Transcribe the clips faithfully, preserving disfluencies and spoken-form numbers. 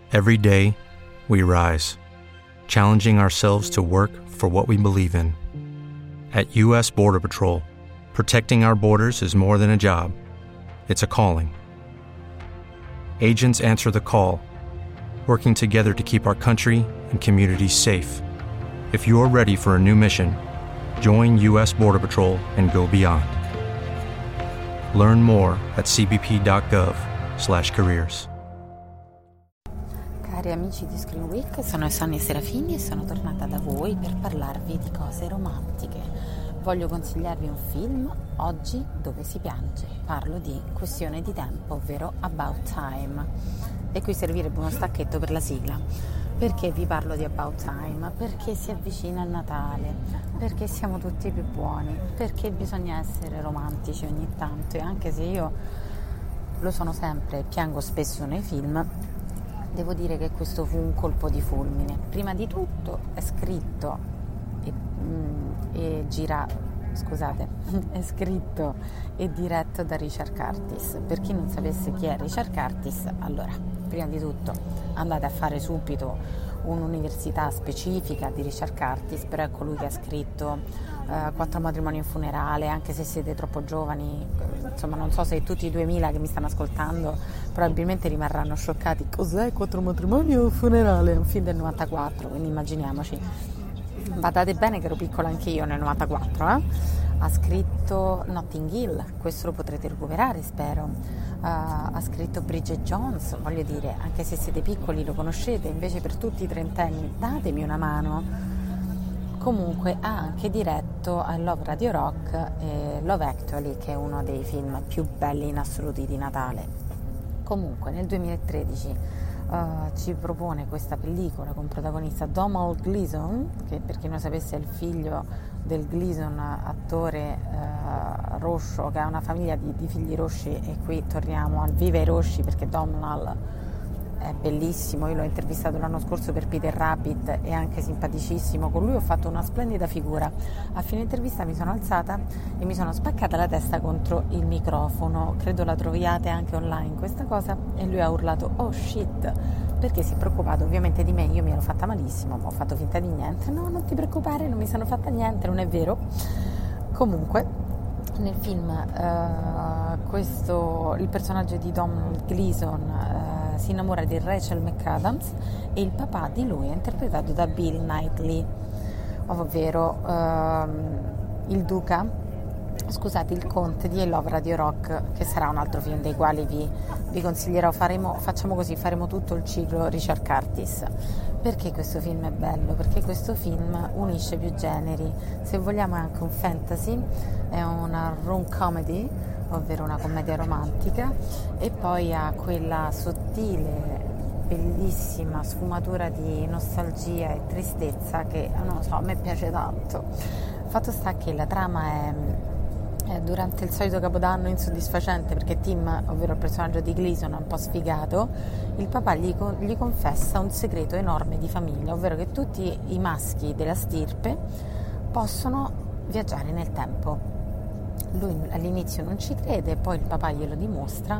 Every day, we rise, challenging ourselves to work for what we believe in. At U S Border Patrol, protecting our borders is more than a job. It's a calling. Agents answer the call, working together to keep our country and communities safe. If you're ready for a new mission, join U S Border Patrol and go beyond. Learn more at c b p dot gov slash careers. Cari amici di Screen Week, sono Sonia Serafini e sono tornata da voi per parlarvi di cose romantiche. Voglio consigliarvi un film oggi dove si piange. Parlo di Questione di tempo, ovvero About Time. E qui servirebbe uno stacchetto per la sigla. Perché vi parlo di About Time? Perché si avvicina il Natale, perché siamo tutti più buoni, perché bisogna essere romantici ogni tanto. E anche se io lo sono sempre e piango spesso nei film, devo dire che questo fu un colpo di fulmine. Prima di tutto è scritto e, mm, e gira, scusate, è scritto e diretto da Richard Curtis. Per chi non sapesse chi è Richard Curtis, allora, prima di tutto andate a fare subito un'università specifica di Richard Curtis, però è colui che ha scritto uh, Quattro matrimoni e un funerale. Anche se siete troppo giovani, insomma non so se tutti i duemila che mi stanno ascoltando probabilmente rimarranno scioccati. Cos'è Quattro matrimoni e un funerale? È un film del novantaquattro, quindi immaginiamoci. Badate bene che ero piccola anche io nel novantaquattro, eh? Ha scritto Notting Hill, questo lo potrete recuperare, spero. Uh, ha scritto Bridget Jones, voglio dire, anche se siete piccoli lo conoscete, invece per tutti i trentenni datemi una mano. Comunque ha anche diretto I Love Radio Rock e Love Actually, che è uno dei film più belli in assoluto di Natale. Comunque nel duemilatredici Uh, ci propone questa pellicola con protagonista Domhnall Gleeson, che per chi non sapesse è il figlio del Gleeson, attore uh, rosso, che ha una famiglia di, di figli rossi, e qui torniamo al viva i rossi perché Domhnall è bellissimo. Io l'ho intervistato l'anno scorso per Peter Rabbit, è anche simpaticissimo, con lui ho fatto una splendida figura. A fine intervista mi sono alzata e mi sono spaccata la testa contro il microfono, credo la troviate anche online questa cosa, e lui ha urlato oh shit, perché si è preoccupato ovviamente di me. Io mi ero fatta malissimo, ma ho fatto finta di niente. No, non ti preoccupare, non mi sono fatta niente, non è vero. Comunque nel film uh, questo il personaggio di Domhnall Gleeson uh, si innamora di Rachel McAdams e il papà di lui è interpretato da Bill Knightley, ovvero uh, il duca, scusate, il conte di I Love Radio Rock, che sarà un altro film dei quali vi, vi consiglierò. Faremo, facciamo così, faremo tutto il ciclo Richard Curtis. Perché questo film è bello? Perché questo film unisce più generi. Se vogliamo è anche un fantasy, è una rom comedy, ovvero una commedia romantica, e poi ha quella sottile, bellissima sfumatura di nostalgia e tristezza che, non lo so, a me piace tanto. Fatto sta che la trama è durante il solito capodanno insoddisfacente, perché Tim, ovvero il personaggio di Gleeson, è un po' sfigato. Il papà gli, gli confessa un segreto enorme di famiglia, ovvero che tutti i maschi della stirpe possono viaggiare nel tempo. Lui all'inizio non ci crede, poi il papà glielo dimostra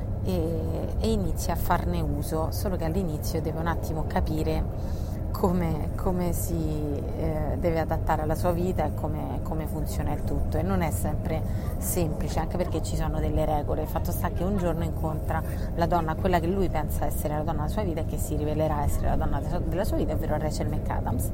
e, e inizia a farne uso, solo che all'inizio deve un attimo capire come, come si eh, deve adattare alla sua vita e come, come funziona il tutto. E non è sempre semplice, anche perché ci sono delle regole. Fatto sta che un giorno incontra la donna, quella che lui pensa essere la donna della sua vita e che si rivelerà essere la donna della sua vita, ovvero Rachel McAdams,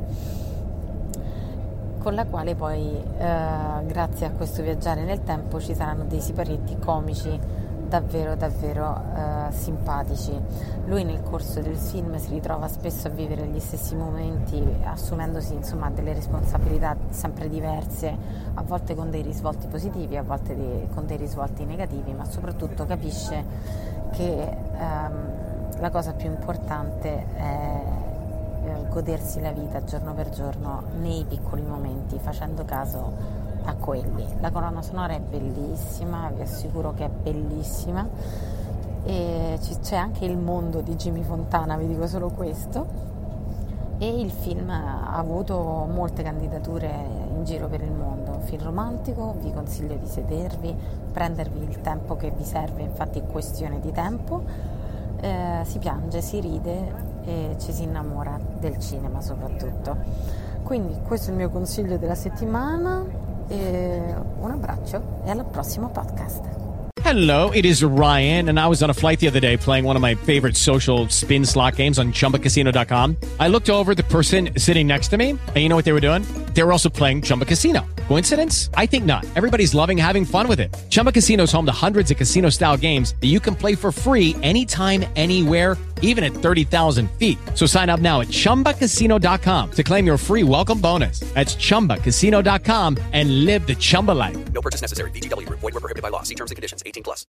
con la quale poi eh, grazie a questo viaggiare nel tempo ci saranno dei siparietti comici davvero davvero eh, simpatici. Lui nel corso del film si ritrova spesso a vivere gli stessi momenti, assumendosi insomma delle responsabilità sempre diverse, a volte con dei risvolti positivi, a volte dei, con dei risvolti negativi, ma soprattutto capisce che ehm, la cosa più importante è eh, godersi la vita giorno per giorno nei piccoli momenti, facendo caso a quelli. La colonna sonora è bellissima, vi assicuro che è bellissima, e c'è anche il mondo di Jimmy Fontana, vi dico solo questo. E il film ha avuto molte candidature in giro per il mondo. Un film romantico, vi consiglio di sedervi, prendervi il tempo che vi serve, infatti è questione di tempo. eh, si piange, si ride e ci si innamora del cinema soprattutto. Quindi questo è il mio consiglio della settimana, e un abbraccio e al prossimo podcast. Hello, it is Ryan, and I was on a flight the other day playing one of my favorite social spin slot games on Chumba Casino dot com. I looked over at the person sitting next to me, and you know what they were doing? They were also playing Chumba Casino. Coincidence? I think not. Everybody's loving having fun with it. Chumba Casino is home to hundreds of casino-style games that you can play for free anytime, anywhere, even at thirty thousand feet. So sign up now at Chumba Casino dot com to claim your free welcome bonus. That's Chumba Casino dot com and live the Chumba life. No purchase necessary. V G W. Void where prohibited by law. See terms and conditions. eighteen plus.